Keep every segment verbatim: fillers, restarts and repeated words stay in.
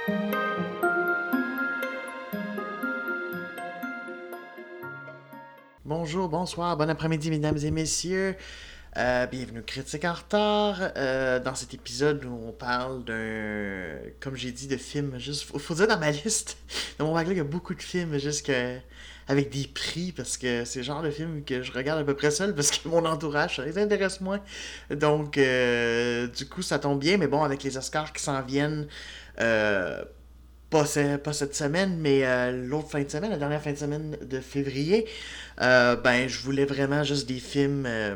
Bonjour, bonsoir, bon après-midi, mesdames et messieurs. Euh, bienvenue Critique en retard. Euh, dans cet épisode où on parle d'un, comme j'ai dit, de films. Juste, faut, faut dire dans ma liste, dans mon backlog, il y a beaucoup de films juste que, avec des prix parce que c'est le genre de film que je regarde à peu près seul parce que mon entourage, ça les intéresse moins. Donc, euh, du coup, ça tombe bien. Mais bon, avec les Oscars qui s'en viennent. Euh, pas, ce- pas cette semaine, mais euh, l'autre fin de semaine, la dernière fin de semaine de février, euh, ben, je voulais vraiment juste des films euh,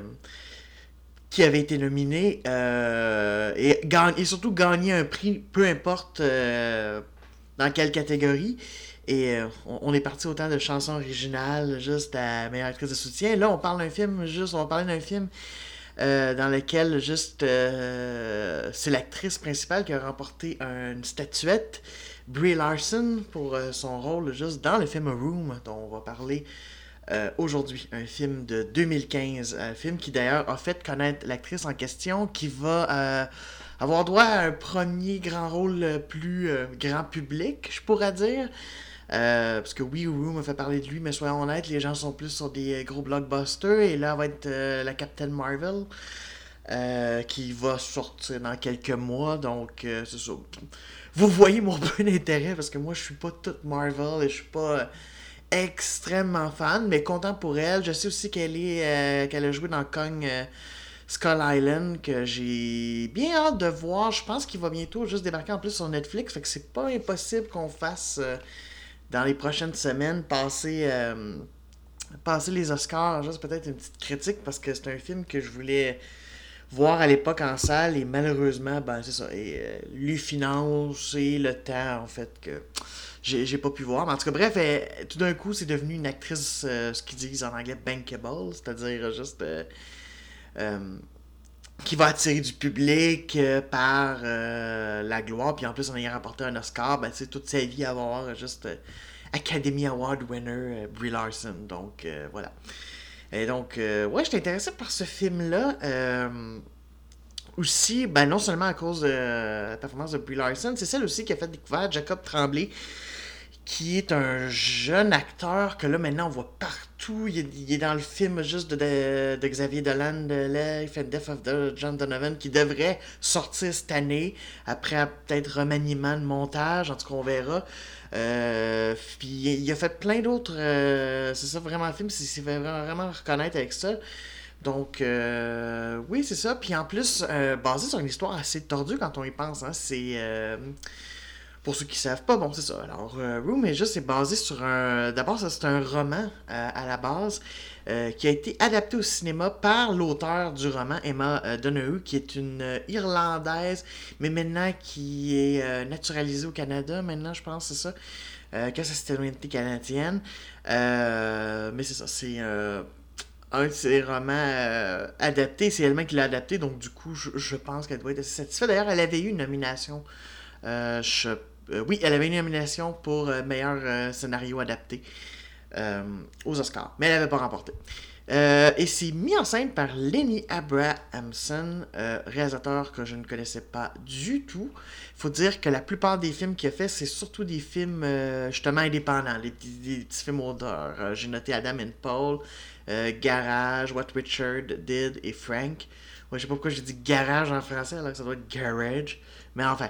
qui avaient été nominés euh, et, gagne- et surtout gagner un prix, peu importe euh, dans quelle catégorie. Et euh, on, on est parti autant de chansons originales, juste à meilleure actrice de soutien. Là, on parle d'un film, juste, on va parler d'un film euh, dans lequel juste euh, c'est l'actrice principale qui a remporté une statuette, Brie Larson, pour euh, son rôle juste dans le film Room, dont on va parler euh, aujourd'hui. Un film de deux mille quinze, un film qui d'ailleurs a fait connaître l'actrice en question, qui va euh, avoir droit à un premier grand rôle plus euh, grand public, je pourrais dire. Euh, parce que oui, Room a fait parler de lui, mais soyons honnêtes, les gens sont plus sur des euh, gros blockbusters. Et là, elle va être euh, la Captain Marvel, euh, qui va sortir dans quelques mois. Donc, euh, c'est ça. Vous voyez mon peu d'intérêt, parce que moi, je suis pas toute Marvel et je suis pas euh, extrêmement fan, mais content pour elle. Je sais aussi qu'elle est euh, qu'elle a joué dans Kong euh, Skull Island, que j'ai bien hâte de voir. Je pense qu'il va bientôt juste débarquer en plus sur Netflix, fait que c'est pas impossible qu'on fasse euh, dans les prochaines semaines passer euh, passer les Oscars, juste peut-être une petite critique parce que c'est un film que je voulais voir à l'époque en salle et malheureusement, ben c'est ça, et, euh, lui finance et le temps en fait que j'ai, j'ai pas pu voir. Mais en tout cas, bref, elle- tout d'un coup, c'est devenu une actrice, euh, ce qu'ils disent en anglais, bankable, c'est-à-dire juste euh, euh, qui va attirer du public euh, par euh, la gloire. Puis en plus, en ayant remporté un Oscar, ben, tu sais, toute sa vie, elle va avoir juste euh, Academy Award winner euh, Brie Larson. Donc, euh, voilà. Et donc, euh, ouais, j'étais intéressé par ce film-là. Euh, aussi, ben non seulement à cause de la performance de Brie Larson, c'est celle aussi qui a fait découvrir Jacob Tremblay, qui est un jeune acteur que là maintenant on voit partout. Il est, il est dans le film juste de, de, de Xavier Dolan de Life and Death of the John Donovan qui devrait sortir cette année après peut-être remaniement de montage, en tout cas on verra. Euh, puis il a fait plein d'autres. Euh, c'est ça vraiment le film, c'est, c'est vraiment, vraiment reconnaître avec ça. Donc, euh, oui, c'est ça. Puis en plus, euh, basé sur une histoire assez tordue quand on y pense. Hein, c'est. Euh, pour ceux qui savent pas, bon, c'est ça. Alors, euh, Room est juste c'est basé sur un. D'abord, ça, c'est un roman euh, à la base euh, qui a été adapté au cinéma par l'auteur du roman, Emma euh, Donoghue, qui est une euh, Irlandaise, mais maintenant qui est euh, naturalisée au Canada, maintenant, je pense, c'est ça. Euh, que sa citoyenneté canadienne. Euh, mais c'est ça, c'est. Euh, un de ses romans euh, adaptés, c'est elle-même qui l'a adapté, donc du coup, je, je pense qu'elle doit être assez satisfaite. D'ailleurs, elle avait eu une nomination. Euh, je- euh, oui, elle avait une nomination pour euh, meilleur euh, scénario adapté euh, aux Oscars, mais elle n'avait pas remporté. Euh, et c'est mis en scène par Lenny Abrahamson, euh, réalisateur que je ne connaissais pas du tout. Il faut dire que la plupart des films qu'il a fait, c'est surtout des films euh, justement indépendants, des, petits- des petits films d'auteur. Euh, j'ai noté Adam and Paul, euh, Garage, What Richard Did et Frank. Ouais, je sais pas pourquoi j'ai dit garage en français alors que ça doit être garage. Mais enfin.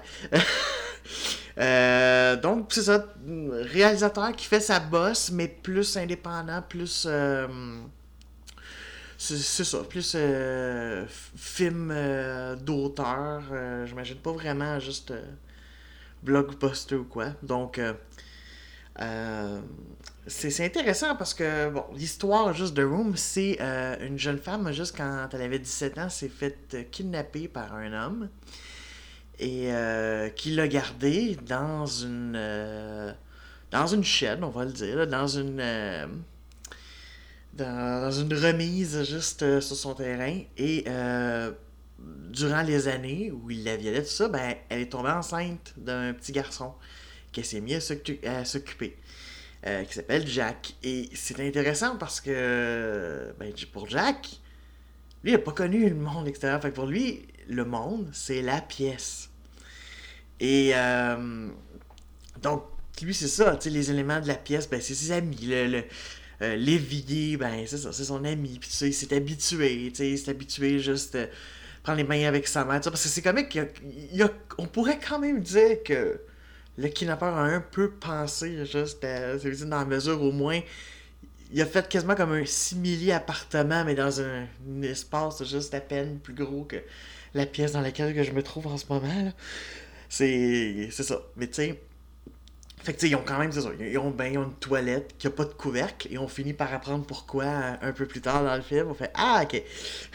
Euh, donc, c'est ça. Réalisateur qui fait sa bosse, mais plus indépendant, plus. Euh, c'est, c'est ça. Plus euh, film euh, d'auteur. Euh, j'imagine pas vraiment juste euh, blockbuster ou quoi. Donc. Euh, euh, c'est, c'est intéressant parce que bon, l'histoire juste de Room, c'est euh, une jeune femme, juste quand elle avait dix-sept ans, s'est faite kidnapper par un homme et euh, qui l'a gardée dans une euh, dans une chaîne, on va le dire, là, dans une euh, dans, dans une remise juste euh, sur son terrain et euh, durant les années où il la violait tout ça, ben elle est tombée enceinte d'un petit garçon qu'elle s'est mis à s'occu- à s'occuper. Euh, qui s'appelle Jack. Et c'est intéressant parce que ben, pour Jack, lui, il n'a pas connu le monde extérieur. Fait que pour lui, le monde, c'est la pièce. Et euh, Donc, lui, c'est ça, tu sais, les éléments de la pièce, ben, c'est ses amis. Le, le, euh, l'évier, ben, c'est ça, c'est son ami. Puis, tu sais, il s'est habitué, tu sais, il s'est habitué juste euh, prendre les bains avec sa mère, tu sais, parce que c'est comique, il y a, il y a- on pourrait quand même dire que le kidnappeur a un peu pensé, juste, à- ça veut dire dans la mesure au moins, il a fait quasiment comme un simili appartement, mais dans un, un espace juste à peine plus gros que la pièce dans laquelle que je me trouve en ce moment, là. C'est, c'est ça. Mais tu sais, fait que tu sais, ils ont quand même, c'est ça, ils ont, ben, ils ont une toilette qui a pas de couvercle et on finit par apprendre pourquoi euh, un peu plus tard dans le film. On fait ah ok.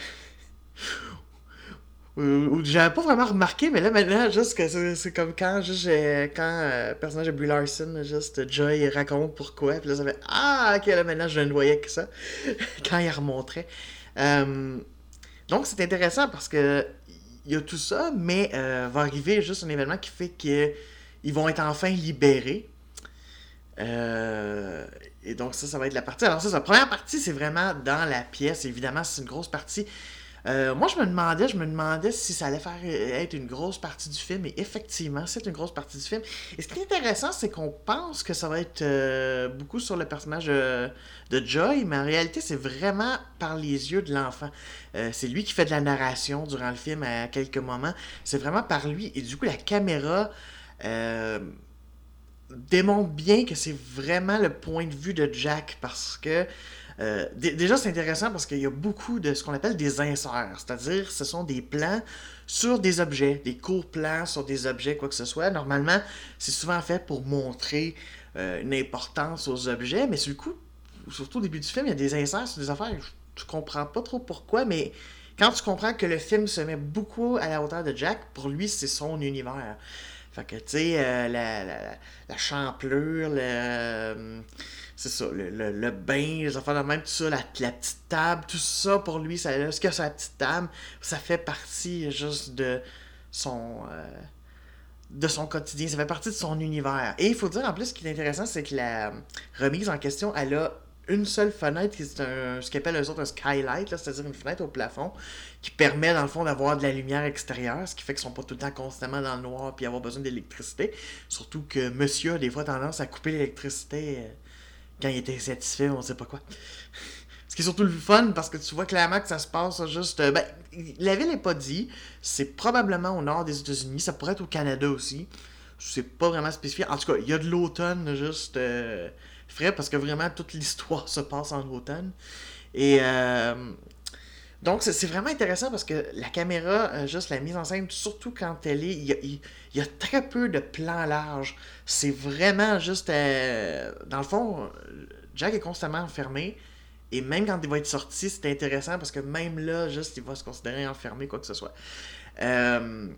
Ou- ou J'avais pas vraiment remarqué, mais là maintenant, juste que c'est c'est comme quand, juste, j'ai- quand euh, le personnage de Brie Larson, juste Joy raconte pourquoi, puis là ça fait ah ok, là maintenant je ne voyais que ça quand il remontrait. Euh, donc c'est intéressant parce que il y a tout ça, mais euh, va arriver juste un événement qui fait que ils vont être enfin libérés. Euh, et donc ça, ça va être la partie. Alors ça, la première partie, c'est vraiment dans la pièce. Évidemment, c'est une grosse partie. Euh, moi, je me demandais, je me demandais si ça allait faire euh, être une grosse partie du film. Et effectivement, c'est une grosse partie du film. Et ce qui est intéressant, c'est qu'on pense que ça va être euh, beaucoup sur le personnage euh, de Joy, mais en réalité, c'est vraiment par les yeux de l'enfant. Euh, c'est lui qui fait de la narration durant le film à quelques moments. C'est vraiment par lui. Et du coup, la caméra euh, démontre bien que c'est vraiment le point de vue de Jack parce que euh, d- déjà c'est intéressant parce qu'il y a beaucoup de ce qu'on appelle des inserts, c'est-à-dire ce sont des plans sur des objets, des courts plans sur des objets, quoi que ce soit. Normalement, c'est souvent fait pour montrer euh, une importance aux objets, mais sur le coup, surtout au début du film, il y a des inserts sur des affaires, tu comprends pas trop pourquoi, mais quand tu comprends que le film se met beaucoup à la hauteur de Jack, pour lui, c'est son univers. Fait que, tu sais, euh, la, la, la champlure, le, euh, c'est ça, le, le, le bain, les affaires de même, tout ça, la, la petite table, tout ça, pour lui, ça, ce qu'il y a sur la petite table, ça fait partie juste de son, euh, de son quotidien, ça fait partie de son univers. Et il faut dire, en plus, ce qui est intéressant, c'est que la remise en question, elle a une seule fenêtre, qui est un, ce qu'ils appellent eux autres un skylight, là, c'est-à-dire une fenêtre au plafond, qui permet, dans le fond, d'avoir de la lumière extérieure, ce qui fait qu'ils sont pas tout le temps constamment dans le noir puis avoir besoin d'électricité. Surtout que monsieur a des fois tendance à couper l'électricité euh, quand il est insatisfait, on sait pas quoi. Ce qui est surtout le fun parce que tu vois clairement que ça se passe juste. euh, ben, la ville n'est pas dit. C'est probablement au nord des États-Unis. Ça pourrait être au Canada aussi. C'est pas vraiment spécifié. En tout cas, il y a de l'automne juste euh, frais parce que vraiment toute l'histoire se passe en automne. Et euh, donc c'est c'est vraiment intéressant parce que la caméra, euh, juste la mise en scène, surtout quand elle est. Il y a, il- il y a très peu de plans larges. C'est vraiment juste. euh, dans le fond, Jack est constamment enfermé. Et même quand il va être sorti, c'est intéressant parce que même là, juste, il va se considérer enfermé, quoi que ce soit. Euh,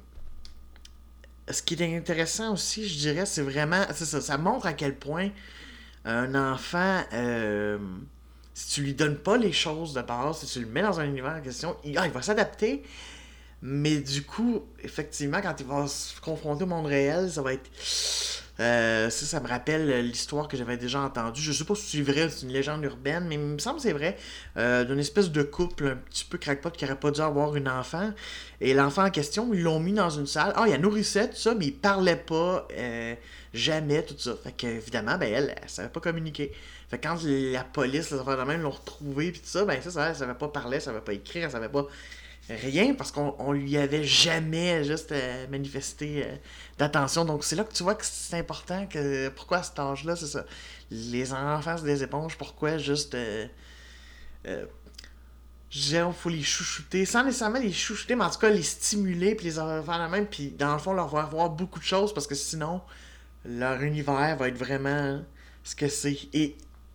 ce qui est intéressant aussi, je dirais, c'est vraiment. C'est ça, ça montre à quel point un enfant, euh, si tu lui donnes pas les choses de base, si tu le mets dans un univers en question, il, ah, il va s'adapter. Mais du coup, effectivement, quand il va se confronter au monde réel, ça va être. Euh, ça, ça me rappelle l'histoire que j'avais déjà entendue. Je sais pas si c'est vrai, c'est une légende urbaine, mais il me semble que c'est vrai. Euh, d'une espèce de couple un petit peu crackpot qui aurait pas dû avoir une enfant. Et l'enfant en question, ils l'ont mis dans une salle. Ah, il y a nourrissait, tout ça, mais il parlait pas euh, jamais, tout ça. Fait que, évidemment, ben, elle, elle savait pas communiquer. Fait que quand la police, les affaires de même, l'ont retrouvé, puis tout ça, ben, ça, ça, elle savait pas parler, elle savait pas écrire, elle savait pas rien parce qu'on on lui avait jamais juste euh, manifesté euh, d'attention. Donc c'est là que tu vois que c'est important que pourquoi à cet âge-là, c'est ça. Les enfants c'est des éponges, pourquoi juste euh, euh, il faut les chouchouter, sans nécessairement les chouchouter, mais en tout cas les stimuler puis les faire la même, puis dans le fond leur faire voir beaucoup de choses parce que sinon leur univers va être vraiment ce que c'est. Et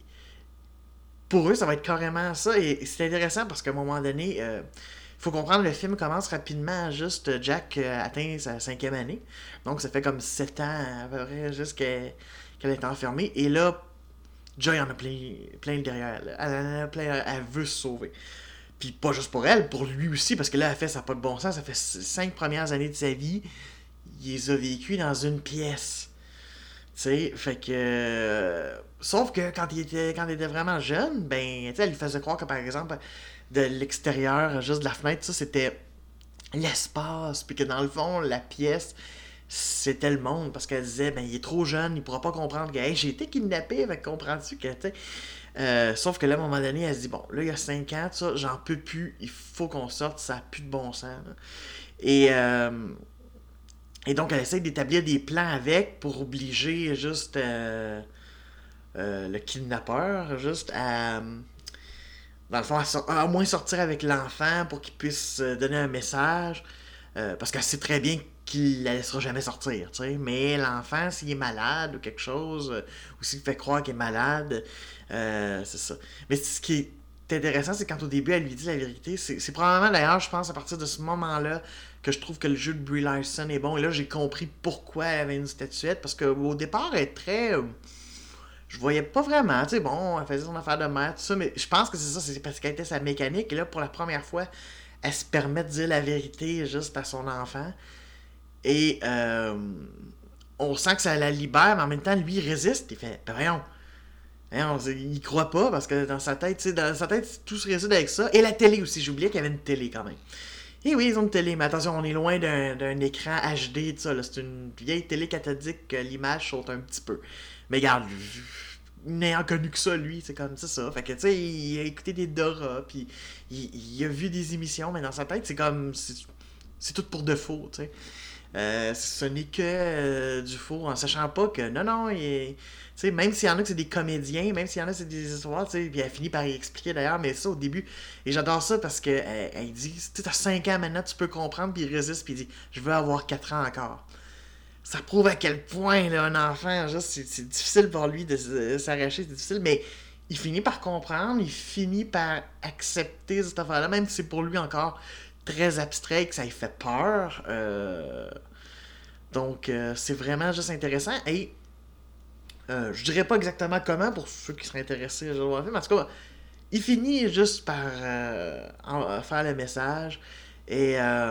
pour eux, ça va être carrément ça. Et, et c'est intéressant parce qu'à un moment donné, euh, il faut comprendre, le film commence rapidement, juste euh, Jack euh, atteint sa cinquième année. Donc ça fait comme sept ans à peu près, juste qu'elle qu'elle est enfermée. Et là, Joy en a plein, plein le derrière. Là. Elle, en a plein, elle veut se sauver. Puis pas juste pour elle, pour lui aussi, parce que là, elle fait ça n'a pas de bon sens. Ça fait cinq premières années de sa vie, il les a vécues dans une pièce. Tu sais, fait que. euh, Sauf que quand il était, quand il était vraiment jeune, ben, tu sais, elle lui faisait croire que par exemple, de l'extérieur, juste de la fenêtre, ça c'était l'espace, puis que dans le fond, la pièce, c'était le monde, parce qu'elle disait, ben, il est trop jeune, il pourra pas comprendre que, hey, j'ai été kidnappé, fait que comprends-tu que, tu sais. Euh, sauf que là, à un moment donné, elle se dit, bon, là, il y a cinq ans, ça, j'en peux plus, il faut qu'on sorte, ça a plus de bon sens, là. Et, euh, et donc, elle essaie d'établir des plans avec pour obliger juste euh, euh, le kidnappeur, juste à, dans le fond, à, sor- à au moins sortir avec l'enfant pour qu'il puisse euh, donner un message. Euh, parce qu'elle sait très bien qu'il la laissera jamais sortir, tu sais. Mais l'enfant, s'il est malade ou quelque chose, euh, ou s'il fait croire qu'il est malade, euh, c'est ça. Mais ce qui est intéressant, c'est quand au début, elle lui dit la vérité. C'est, c'est probablement, d'ailleurs, je pense, à partir de ce moment-là, que je trouve que le jeu de Brie Larson est bon. Et là, j'ai compris pourquoi elle avait une statuette. Parce qu'au départ, elle est très... euh, je voyais pas vraiment, tu sais, bon, elle faisait son affaire de mère, tout ça, mais je pense que c'est ça, c'est parce qu'elle était sa mécanique, et là, pour la première fois, elle se permet de dire la vérité juste à son enfant, et euh, on sent que ça la libère, mais en même temps, lui, il résiste, il fait, ben voyons, voyons, il croit pas, parce que dans sa tête, tu sais, dans sa tête, tout se résout avec ça, et la télé aussi, j'oubliais qu'il y avait une télé quand même. Et oui, ils ont une télé, mais attention, on est loin d'un, d'un écran H D, tout ça, là, c'est une vieille télé cathodique que l'image saute un petit peu. Mais regarde, n'ayant connu que ça, lui, c'est comme ça, ça. Fait que, tu sais, il a écouté des Dora, puis il, il a vu des émissions, mais dans sa tête, c'est comme, c'est, c'est tout pour de faux, tu sais. Euh, ce n'est que euh, du faux, en sachant pas que, non, non, il est... Tu sais, même s'il y en a que c'est des comédiens, même s'il y en a c'est des histoires, tu sais, puis elle finit par y expliquer d'ailleurs, mais ça au début, et j'adore ça parce que elle, elle dit, tu sais, t'as cinq ans maintenant, tu peux comprendre, puis il résiste, puis il dit, je veux avoir quatre ans encore. Ça prouve à quel point, là, un enfant, juste, c'est, c'est difficile pour lui de s'arracher, c'est difficile, mais il finit par comprendre, il finit par accepter cette affaire-là, même si c'est pour lui encore très abstrait, que ça lui fait peur. Euh... Donc, euh, c'est vraiment juste intéressant. Et euh, je dirais pas exactement comment pour ceux qui seraient intéressés à jouer au film. En tout cas, il finit juste par euh, en, faire le message. Et, euh,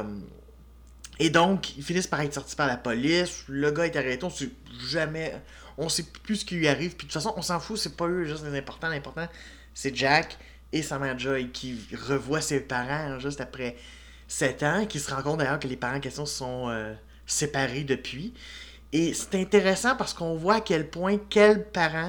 et donc, ils finissent par être sortis par la police. Le gars est arrêté. On sait jamais. On sait plus ce qui lui arrive. Puis de toute façon, on s'en fout. C'est pas eux juste les importants. L'important, c'est Jack et sa mère Joy qui revoit ses parents juste après sept ans. Qui se rend compte d'ailleurs que les parents en question sont euh, séparés depuis. Et c'est intéressant parce qu'on voit à quel point quel parent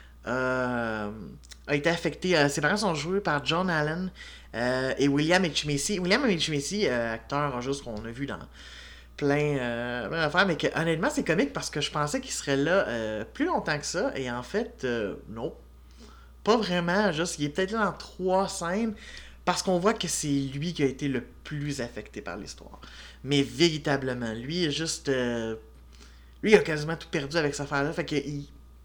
euh, a été affecté. Euh, ses parents sont joués par John Allen euh, et William H. Macy. William H. Macy, euh, acteur juste qu'on a vu dans plein, euh, plein d'affaires, mais que honnêtement c'est comique parce que je pensais qu'il serait là euh, plus longtemps que ça. Et en fait, euh, non. Pas vraiment. Juste, il est peut-être là dans trois scènes parce qu'on voit que c'est lui qui a été le plus affecté par l'histoire. Mais véritablement, lui est juste... euh, lui, il a quasiment tout perdu avec cette affaire-là. Fait que, il...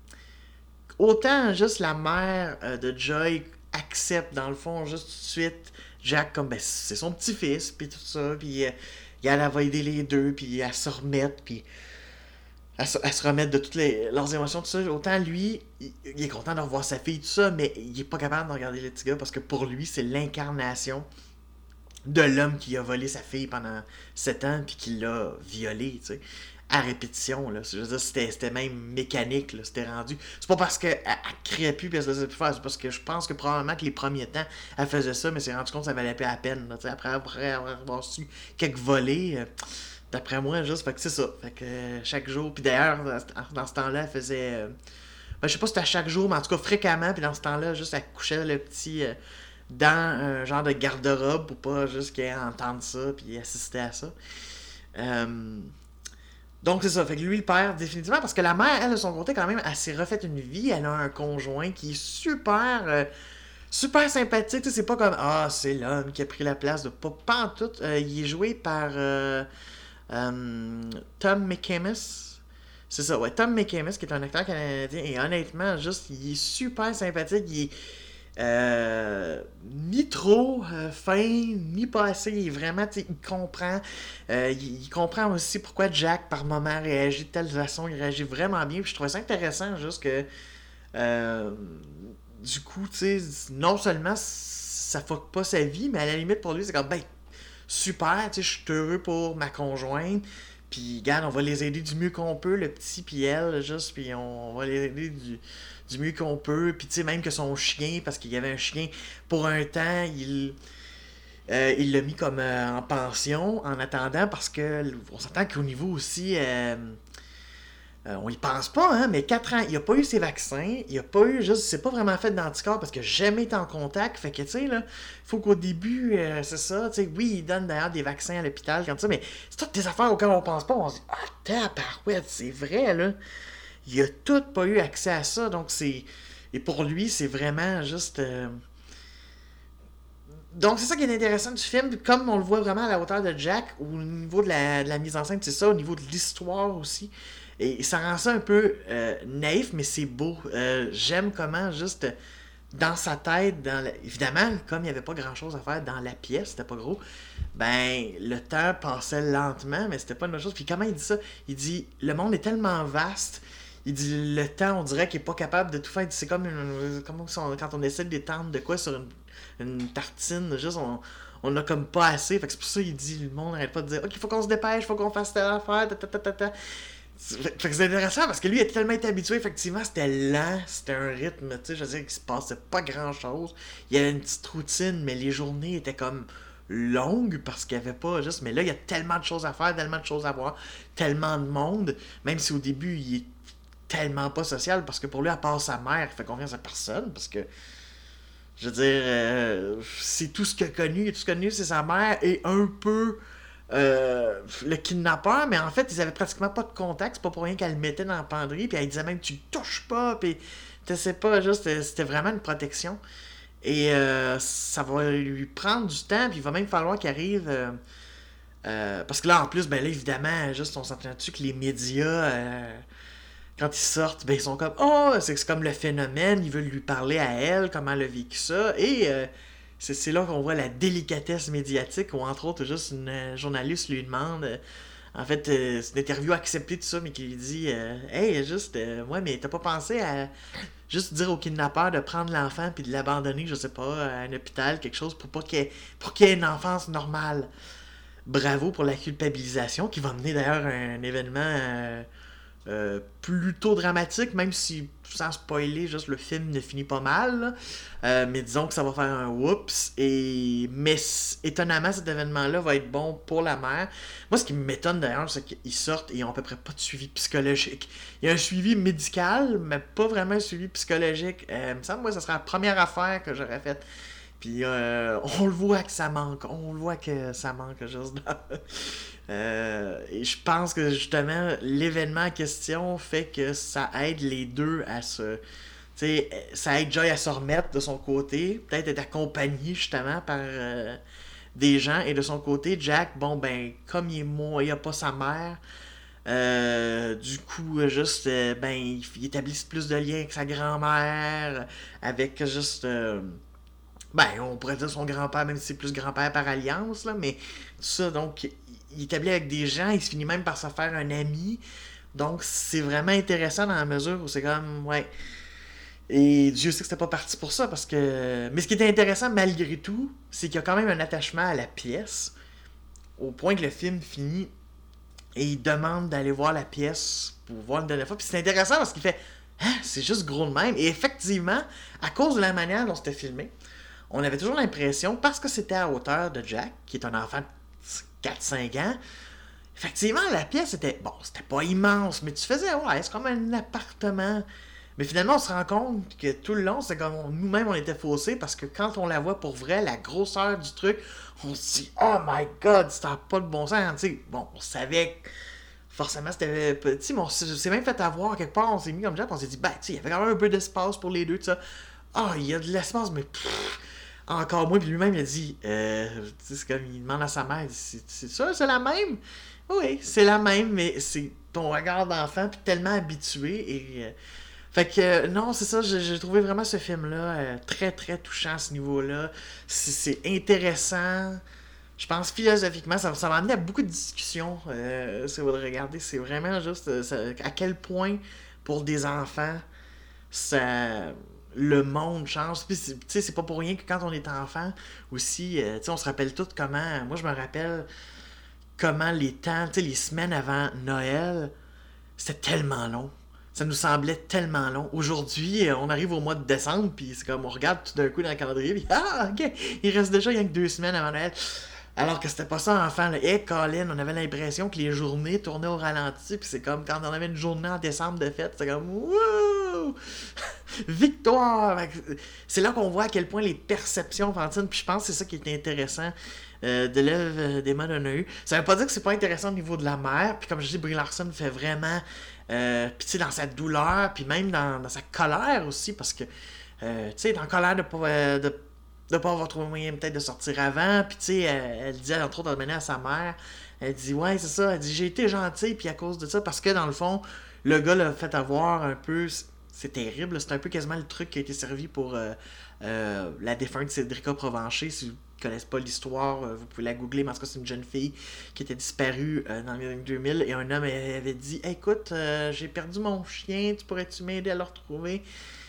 autant juste la mère euh, de Joy accepte, dans le fond, juste tout de suite, Jack, comme, ben, c'est son petit-fils, puis tout ça, puis euh, elle va aider les deux, puis elle se remettre, puis elle se, elle se remettre de toutes les, leurs émotions, tout ça. Autant lui, il, il est content de revoir sa fille, tout ça, mais il est pas capable de regarder le petit gars, parce que pour lui, c'est l'incarnation de l'homme qui a volé sa fille pendant sept ans, puis qui l'a violée, tu sais, à répétition, là. Je veux dire, c'était, c'était même mécanique, là. C'était rendu. C'est pas parce qu'elle elle criait plus puis elle se laissait plus faire, c'est parce que je pense que probablement que les premiers temps, elle faisait ça, mais c'est rendu compte que ça valait pas la peine, là. Après, après avoir su quelques volets, euh, d'après moi, juste, fait que c'est ça. Fait que euh, chaque jour, puis d'ailleurs, dans, dans ce temps-là, elle faisait. Euh, ben, je sais pas si c'était à chaque jour, mais en tout cas fréquemment, puis dans ce temps-là, juste, elle couchait le petit. Euh, dans un genre de garde-robe pour pas juste qu'elle entende ça puis assister à ça. Euh, donc c'est ça, fait que lui le père définitivement parce que la mère elle de son côté quand même elle s'est refait une vie, elle a un conjoint qui est super euh, super sympathique, tu sais, c'est pas comme ah c'est l'homme qui a pris la place de pas, pas en tout, euh, il est joué par euh, euh, Tom McKemis. C'est ça, ouais, Tom McKemis qui est un acteur canadien et honnêtement juste il est super sympathique, il est euh, ni trop euh, fin, ni pas assez. Il est vraiment, tu sais, il comprend. Euh, il, il comprend aussi pourquoi Jack, par moment, réagit de telle façon. Il réagit vraiment bien. Puis je trouvais ça intéressant, juste que. Euh, du coup, tu sais, non seulement ça fuck pas sa vie, mais à la limite, pour lui, c'est comme, ben, super, tu sais, je suis heureux pour ma conjointe. Puis, regarde, on va les aider du mieux qu'on peut, le petit, puis elle, juste, puis on va les aider du, du mieux qu'on peut. Puis, tu sais, même que son chien, parce qu'il y avait un chien, pour un temps, il, Euh, il l'a mis comme euh, en pension en attendant parce que on s'entend qu'au niveau aussi, euh, euh, on y pense pas, hein, mais quatre ans, il a pas eu ses vaccins, il a pas eu, juste, c'est pas vraiment fait d'anticorps parce qu'il a jamais été en contact, fait que tu sais, là, faut qu'au début, euh, c'est ça, tu sais, oui, il donne d'ailleurs des vaccins à l'hôpital, comme ça, mais c'est toutes des affaires auxquelles on pense pas, on se dit, ah, tabarouette, c'est vrai, là, il a tout pas eu accès à ça, donc c'est, et pour lui, c'est vraiment juste... euh, Donc, c'est ça qui est intéressant du film, comme on le voit vraiment à la hauteur de Jack, au niveau de la, de la mise en scène, c'est ça, au niveau de l'histoire aussi. Et ça rend ça un peu euh, naïf, mais c'est beau. Euh, j'aime comment, juste dans sa tête, dans la- évidemment, comme il n'y avait pas grand chose à faire dans la pièce, c'était pas gros, ben, le temps passait lentement, mais c'était pas une bonne chose. Puis comment il dit ça? Il dit, le monde est tellement vaste. Il dit, le temps, on dirait qu'il est pas capable de tout faire. Il dit, c'est comme, une- comme si on- quand on essaie d'étendre de quoi sur une, une tartine, juste, on, on a comme pas assez. Fait que c'est pour ça qu'il dit, le monde n'arrête pas de dire, ok, faut qu'on se dépêche, faut qu'on fasse telle affaire, ta, ta, ta, ta, ta. Fait que c'est intéressant parce que lui il était tellement été habitué, effectivement, c'était lent, c'était un rythme, tu sais, je veux dire qu'il se passait pas grand chose. Il y avait une petite routine, mais les journées étaient comme longues parce qu'il y avait pas juste. Mais là, il y a tellement de choses à faire, tellement de choses à voir, tellement de monde, même si au début il est tellement pas social parce que pour lui, à part sa mère, il fait confiance à personne parce que, je veux dire, euh, c'est tout ce qu'il a connu, tout ce qu'il a connu, c'est sa mère et un peu euh, le kidnappeur, mais en fait, ils avaient pratiquement pas de contact. C'est pas pour rien qu'elle le mettait dans la penderie, puis elle disait même tu le touches pas, puis tu sais pas, juste c'était c'était vraiment une protection. Et euh, ça va lui prendre du temps, puis il va même falloir qu'il arrive. euh, euh, parce que là, en plus, ben là, évidemment, juste on s'entend dessus que les médias, euh, quand ils sortent, ben ils sont comme oh, c'est c'est comme le phénomène, ils veulent lui parler à elle, comment elle a vécu ça, et euh, c'est c'est là qu'on voit la délicatesse médiatique, où entre autres, juste une euh, journaliste lui demande, euh, en fait, euh, c'est une interview acceptée de ça, mais qui lui dit euh, hey, juste, euh, ouais, mais t'as pas pensé à juste dire au kidnappeur de prendre l'enfant puis de l'abandonner, je sais pas, à un hôpital, quelque chose, pour pas qu'il y ait, pour qu'il y ait une enfance normale. Bravo pour la culpabilisation, qui va mener d'ailleurs à un événement. euh, euh, plutôt dramatique, même si, sans spoiler, juste le film ne finit pas mal. Là. Euh, mais disons que ça va faire un whoops. Et... Mais étonnamment, cet événement-là va être bon pour la mère. Moi, ce qui m'étonne d'ailleurs, c'est qu'ils sortent et ils ont à peu près pas de suivi psychologique. Il y a un suivi médical, mais pas vraiment un suivi psychologique. Euh, il me semble, moi, ça serait la première affaire que j'aurais faite. Puis euh, on le voit que ça manque. On le voit que ça manque juste dans... Euh, et je pense que justement, l'événement en question fait que ça aide les deux à se. Tu sais, ça aide Joy à se remettre de son côté, peut-être être accompagné justement par euh, des gens. Et de son côté, Jack, bon ben, comme il est mort, il a pas sa mère. Euh, du coup, juste, euh, ben, il, il établit plus de liens avec sa grand-mère, avec juste. euh, ben, on pourrait dire son grand-père, même si c'est plus grand-père par alliance, là, mais tout ça, donc, il établit avec des gens, il se finit même par se faire un ami. Donc, c'est vraiment intéressant dans la mesure où c'est comme, ouais. Et Dieu sait que c'était pas parti pour ça, parce que. Mais ce qui était intéressant, malgré tout, c'est qu'il y a quand même un attachement à la pièce, au point que le film finit et il demande d'aller voir la pièce pour voir une dernière fois. Puis c'est intéressant parce qu'il fait, hein, c'est juste gros de même. Et effectivement, à cause de la manière dont c'était filmé, on avait toujours l'impression, parce que c'était à hauteur de Jack, qui est un enfant de quatre cinq ans, effectivement, la pièce était, bon, c'était pas immense, mais tu faisais, ouais, c'est comme un appartement. Mais finalement, on se rend compte que tout le long, c'est comme on- nous-mêmes, on était faussés, parce que quand on la voit pour vrai, la grosseur du truc, on se dit, oh my god, ça n'a pas de bon sens. Tu sais, bon, on savait que forcément c'était petit, mais on s'est même fait avoir quelque part, on s'est mis comme Jack, on s'est dit, ben, tu sais, il y avait quand même un peu d'espace pour les deux, tout ça. Ah, il y a de l'espace, mais pff, encore moins. Puis lui-même, il a dit, euh, tu sais, c'est comme, il demande à sa mère, il dit, c'est c'est sûr, c'est la même? Oui, c'est la même, mais c'est ton regard d'enfant, puis tellement habitué. Et, euh, fait que, euh, non, c'est ça, j'ai j'ai trouvé vraiment ce film-là euh, très, très touchant à ce niveau-là. C'est c'est intéressant. Je pense philosophiquement, ça, ça m'a amené à beaucoup de discussions. Euh, si vous le regardez, c'est vraiment juste euh, ça- à quel point, pour des enfants, ça le monde change. Puis c'est- tu sais, c'est pas pour rien que quand on est enfant aussi, euh, tu sais, on se rappelle tout comment. Moi, je me rappelle comment les temps, tu sais, les semaines avant Noël, c'était tellement long. ça nous semblait tellement long. Aujourd'hui, on arrive au mois de décembre, puis c'est comme on regarde tout d'un coup dans le calendrier, puis ah, ok, il reste déjà rien que deux semaines avant Noël. Alors que c'était pas ça, enfant. Là. Hey, Colin, on avait l'impression que les journées tournaient au ralenti, puis c'est comme quand on avait une journée en décembre de fête, c'est comme wouh! Victoire! C'est là qu'on voit à quel point les perceptions enfantines, puis je pense que c'est ça qui est intéressant euh, de l'œuvre d'Emma Donoghue. Ça veut pas dire que c'est pas intéressant au niveau de la mère, puis comme je dis, Brie Larson fait vraiment. Euh, puis tu sais, dans sa douleur, puis même dans, dans sa colère aussi, parce que, euh, tu sais, dans la colère de pas, euh, de, de pas avoir trouvé moyen peut-être de sortir avant, puis tu sais, elle, elle dit, entre autres, elle à sa mère, elle dit, ouais, c'est ça, elle dit, j'ai été gentille, puis à cause de ça, parce que dans le fond, le gars l'a fait avoir un peu, c'est terrible, c'est un peu quasiment le truc qui a été servi pour euh, euh, la défunte Cédrica Provencher, si vous connaissez pas l'histoire, vous pouvez la googler, mais en tout cas, c'est une jeune fille qui était disparue euh, dans les années deux mille, et un homme avait dit hey, écoute, euh, j'ai perdu mon chien, tu pourrais-tu m'aider à le retrouver?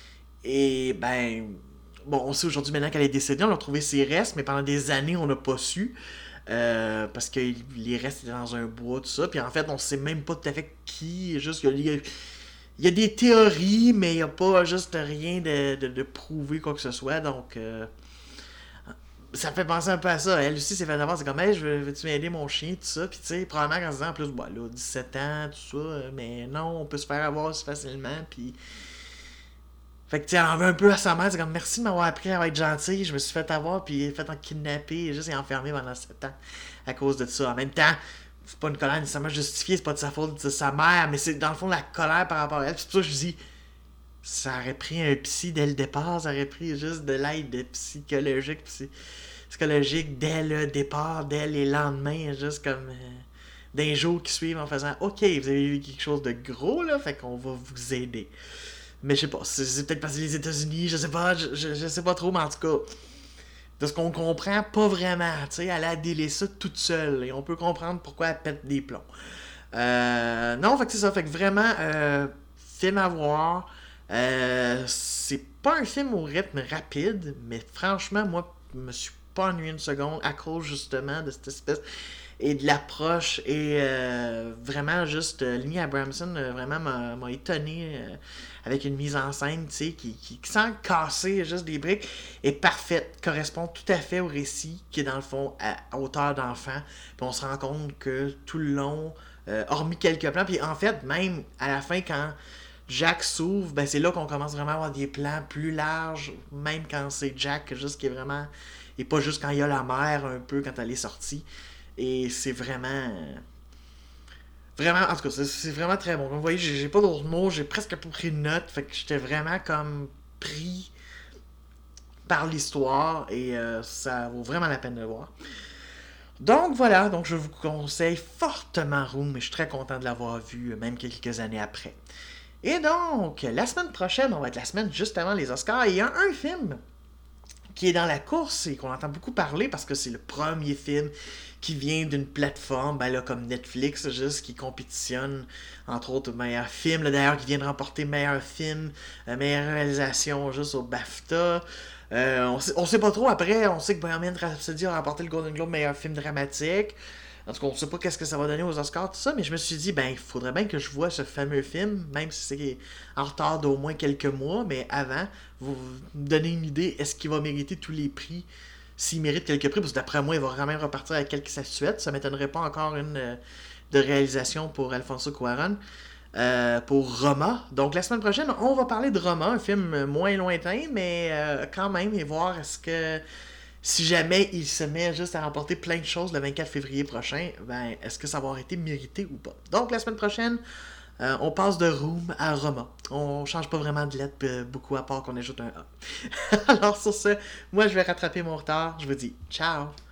Et ben, bon, on sait aujourd'hui maintenant qu'elle est décédée, on a retrouvé ses restes, mais pendant des années, on n'a pas su. Euh, parce que les restes étaient dans un bois, tout ça. Puis en fait, on sait même pas tout à fait qui. Juste, il y a, il y a des théories, mais il n'y a pas juste rien de, de, de prouver quoi que ce soit. Donc. Euh, ça me fait penser un peu à ça. Elle aussi s'est fait avoir, c'est comme, hey, je veux, veux-tu m'aider mon chien, tout ça. Puis tu sais, probablement qu'en se disant, en plus, bah là, dix-sept ans, tout ça, mais non, on peut se faire avoir si facilement. Puis. Fait que tu sais, elle en veut un peu à sa mère, c'est comme, merci de m'avoir appris à être gentil, je me suis fait avoir, puis fait en kidnapper, et juste enfermé pendant sept ans à cause de ça. En même temps, c'est pas une colère nécessairement justifiée, c'est pas de sa faute, c'est de sa mère, mais c'est dans le fond la colère par rapport à elle. Puis c'est pour ça que je dis. Ça aurait pris un psy dès le départ, ça aurait pris juste de l'aide psychologique, psy- psychologique dès le départ, dès les lendemains, juste comme euh, d'un jour qui suivent en faisant ok, vous avez vu quelque chose de gros là, fait qu'on va vous aider. Mais je sais pas, c'est, c'est peut-être parce que les États-Unis, je sais pas, je, je, je sais pas trop, mais en tout cas, de ce qu'on comprend, pas vraiment, tu sais, elle a délai ça toute seule, et on peut comprendre pourquoi elle pète des plombs. Euh, non, fait que c'est ça, fait que vraiment, euh, film à voir. Euh, c'est pas un film au rythme rapide, mais franchement, moi, je me suis pas ennuyé une seconde à cause justement de cette espèce et de l'approche et euh, vraiment juste euh, Lily Abramson euh, vraiment m'a, m'a étonné euh, avec une mise en scène, tu sais, qui, qui, qui sans casser juste des briques est parfaite, correspond tout à fait au récit qui est dans le fond à, à hauteur d'enfant. Puis on se rend compte que tout le long, euh, hormis quelques plans, puis en fait même à la fin quand Jack s'ouvre, ben c'est là qu'on commence vraiment à avoir des plans plus larges, même quand c'est Jack, juste qui est vraiment. Et pas juste quand il y a la mère, un peu, quand elle est sortie. Et c'est vraiment. Vraiment, en tout cas, c'est, c'est vraiment très bon. Vous voyez, j'ai, j'ai pas d'autres mots, j'ai presque pas pris de notes, fait que j'étais vraiment comme pris par l'histoire et euh, ça vaut vraiment la peine de le voir. Donc voilà, donc je vous conseille fortement Room, et je suis très content de l'avoir vu, même quelques années après. Et donc, la semaine prochaine, on va être la semaine juste avant les Oscars, et il y a un film qui est dans la course et qu'on entend beaucoup parler parce que c'est le premier film qui vient d'une plateforme, ben là, comme Netflix, juste qui compétitionne, entre autres, meilleur film, là, d'ailleurs, qui vient de remporter meilleur film, euh, meilleure réalisation, juste au BAFTA. Euh, on, sait, on sait pas trop, après, on sait que Bohemian Rhapsody a remporté le Golden Globe meilleur film dramatique. En tout cas, on sait pas qu'est-ce que ça va donner aux Oscars, tout ça, mais je me suis dit, ben, il faudrait bien que je vois ce fameux film, même si c'est en retard d'au moins quelques mois, mais avant, vous me donner une idée, est-ce qu'il va mériter tous les prix, s'il mérite quelques prix, parce que d'après moi, il va quand même repartir avec quelques statuettes, ça m'étonnerait pas encore une euh, de réalisation pour Alfonso Cuarón, euh, pour Roma. Donc la semaine prochaine, on va parler de Roma, un film moins lointain, mais euh, quand même, et voir est-ce que si jamais il se met juste à remporter plein de choses le vingt-quatre février prochain, ben est-ce que ça va avoir été mérité ou pas? Donc la semaine prochaine, euh, on passe de Room à Roma. On change pas vraiment de lettre euh, beaucoup à part qu'on ajoute un A. Alors sur ce, moi je vais rattraper mon retard. Je vous dis ciao!